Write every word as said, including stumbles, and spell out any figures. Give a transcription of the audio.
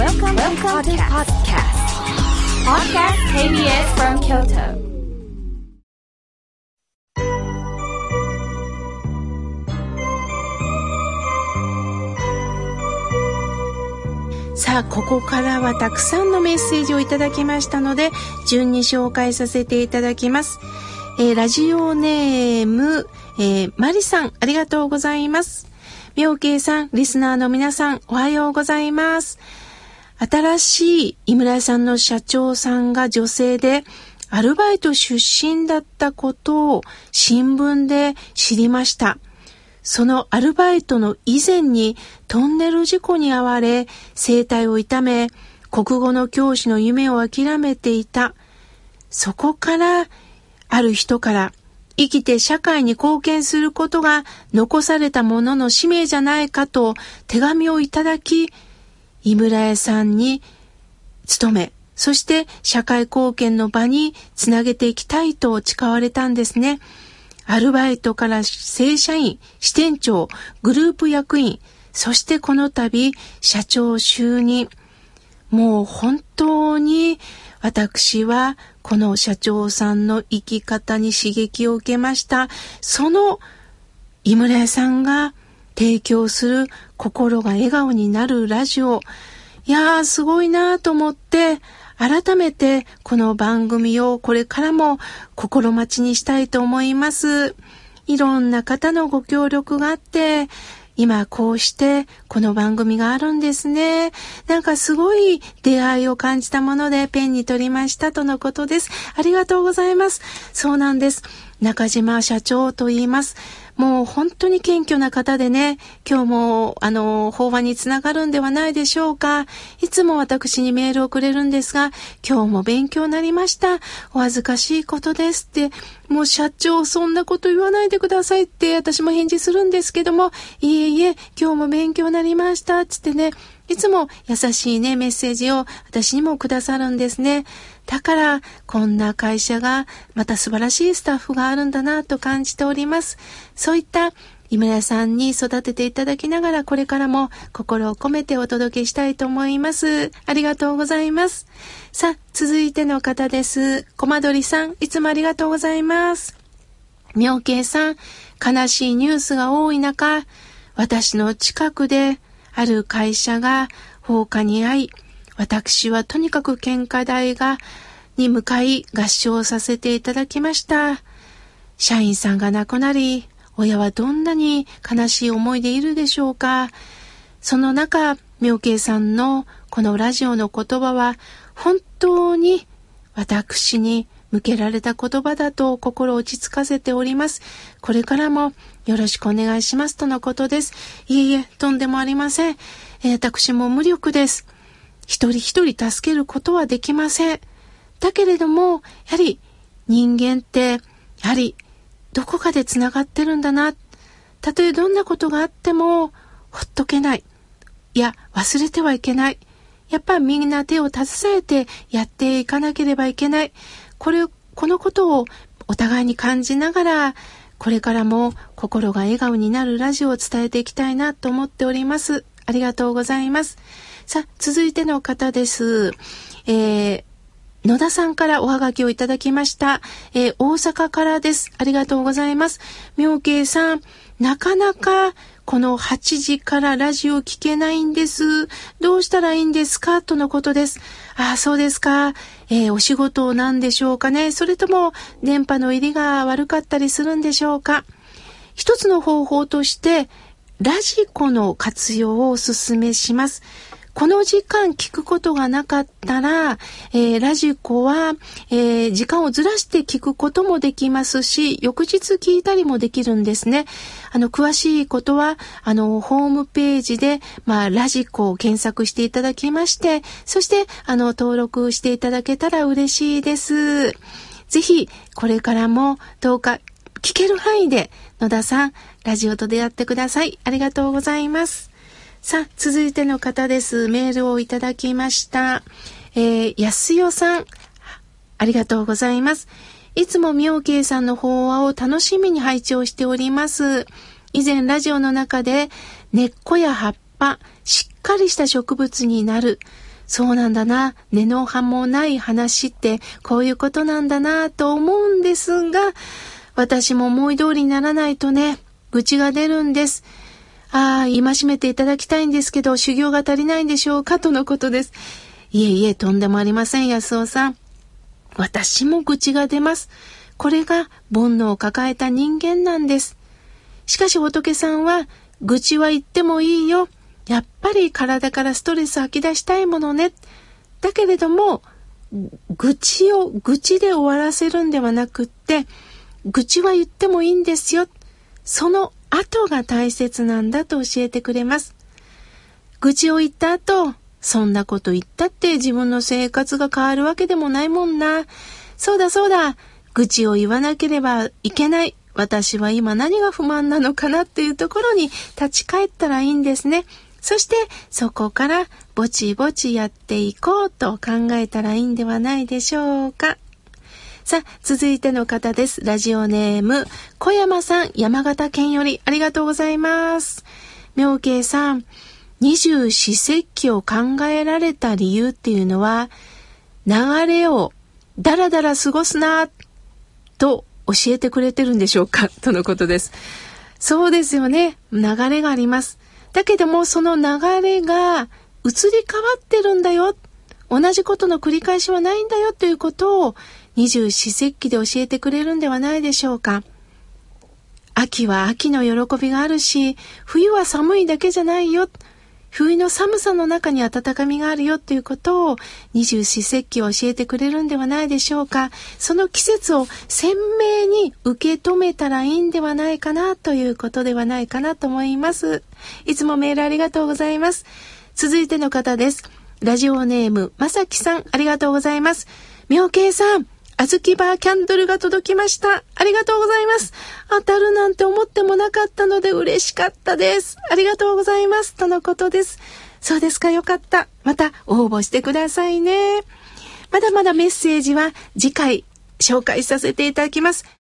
Welcome, Welcome to podcast. Podcast ケービーエス from Kyoto. さあ、ここからはたくさんのメッセージをいただきましたので、順に紹介させていただきます。えー、ラジオネーム、えー、マリさん、ありがとうございます。妙慶さん、リスナーの皆さん、おはようございます。新しい井村屋さんの社長さんが女性で、アルバイト出身だったことを新聞で知りました。そのアルバイトの以前にトンネル事故に遭われ、声帯を痛め、国語の教師の夢を諦めていた。そこから、ある人から、生きて社会に貢献することが残されたものの使命じゃないかと手紙をいただき、井村屋さんに勤め、そして社会貢献の場につなげていきたいと誓われたんですね。アルバイトから正社員、支店長、グループ役員、そしてこの度社長就任。もう本当に私はこの社長さんの生き方に刺激を受けました。その井村屋さんが提供する心が笑顔になるラジオ。いやー、すごいなと思って、改めてこの番組をこれからも心待ちにしたいと思います。いろんな方のご協力があって、今こうしてこの番組があるんですね。なんかすごい出会いを感じたものでペンに取りましたとのことです。ありがとうございます。そうなんです。中島社長と言います。もう本当に謙虚な方でね、今日もあの法話につながるんではないでしょうか。いつも私にメールをくれるんですが、今日も勉強になりました。お恥ずかしいことですって、もう社長そんなこと言わないでくださいって私も返事するんですけども、いえいえ今日も勉強になりましたつってね、いつも優しいねメッセージを私にもくださるんですね。だからこんな会社がまた素晴らしいスタッフがあるんだなと感じております。そういった井村屋さんに育てていただきながら、これからも心を込めてお届けしたいと思います。ありがとうございます。さあ、続いての方です。コマドリさん、いつもありがとうございます。妙慶さん、悲しいニュースが多い中、私の近くである会社が放火に遭い、私はとにかく献花台がに向かい合唱させていただきました。社員さんが亡くなり、親はどんなに悲しい思いでいるでしょうか。その中、妙慶さんのこのラジオの言葉は本当に私に向けられた言葉だと心を落ち着かせております。これからもよろしくお願いしますとのことです。いえいえ、とんでもありません。えー、私も無力です。一人一人助けることはできません。だけれども、やはり人間って、やはりどこかでつながってるんだな。たとえどんなことがあっても、ほっとけない。いや、忘れてはいけない。やっぱりみんな手を携えてやっていかなければいけない。これ、このことをお互いに感じながら、これからも心が笑顔になるラジオを伝えていきたいなと思っております。ありがとうございます。さあ、続いての方です。えー、野田さんからおはがきをいただきました。えー、大阪からです。ありがとうございます。妙慶さん、なかなかこのはちじからラジオ聞けないんです。どうしたらいいんですかとのことです。ああ、そうですか。えー、お仕事なんでしょうかね。それとも電波の入りが悪かったりするんでしょうか。一つの方法としてラジコの活用をお勧めします。この時間聞くことがなかったら、えー、ラジコは、えー、時間をずらして聞くこともできますし、翌日聞いたりもできるんですね。あの、詳しいことは、あの、ホームページで、まあ、ラジコを検索していただきまして、そして、あの、登録していただけたら嬉しいです。ぜひ、これからもどうか聞ける範囲で、野田さん、ラジオと出会ってください。ありがとうございます。さあ、続いての方です。メールをいただきました。えー、安代さん、ありがとうございます。いつも妙慶さんの法話を楽しみに拝聴しております。以前ラジオの中で根っこや葉っぱ、しっかりした植物になる、 そうなんだな、根の葉もない話ってこういうことなんだなと思うんですが、私も思い通りにならないとね、愚痴が出るんです。ああ、戒めていただきたいんですけど、修行が足りないんでしょうかとのことです。いえいえ、とんでもありません、安尾さん。私も愚痴が出ます。これが煩悩を抱えた人間なんです。しかし仏さんは、愚痴は言ってもいいよ。やっぱり体からストレス吐き出したいものね。だけれども、愚痴を愚痴で終わらせるんではなくって、愚痴は言ってもいいんですよ。その後が大切なんだと教えてくれます。愚痴を言った後、そんなこと言ったって自分の生活が変わるわけでもないもんな。そうだそうだ。愚痴を言わなければいけない。私は今何が不満なのかなっていうところに立ち返ったらいいんですね。そしてそこからぼちぼちやっていこうと考えたらいいんではないでしょうか。さあ、続いての方です。ラジオネーム小山さん、山形県よりありがとうございます。妙慶さん、二十四節気を考えられた理由っていうのは、流れをだらだら過ごすなと教えてくれてるんでしょうかとのことです。そうですよね。流れがあります。だけどもその流れが移り変わってるんだよ。同じことの繰り返しはないんだよということを二十四節気で教えてくれるんではないでしょうか。秋は秋の喜びがあるし、冬は寒いだけじゃないよ。冬の寒さの中に温かみがあるよということを二十四節気を教えてくれるんではないでしょうか。その季節を鮮明に受け止めたらいいんではないかなということではないかなと思います。いつもメールありがとうございます。続いての方です。ラジオネームまさきさん、ありがとうございます。妙慶さん、あずきバーキャンドルが届きました。ありがとうございます。当たるなんて思ってもなかったので嬉しかったです。ありがとうございます。とのことです。そうですか、よかった。また応募してくださいね。まだまだメッセージは次回紹介させていただきます。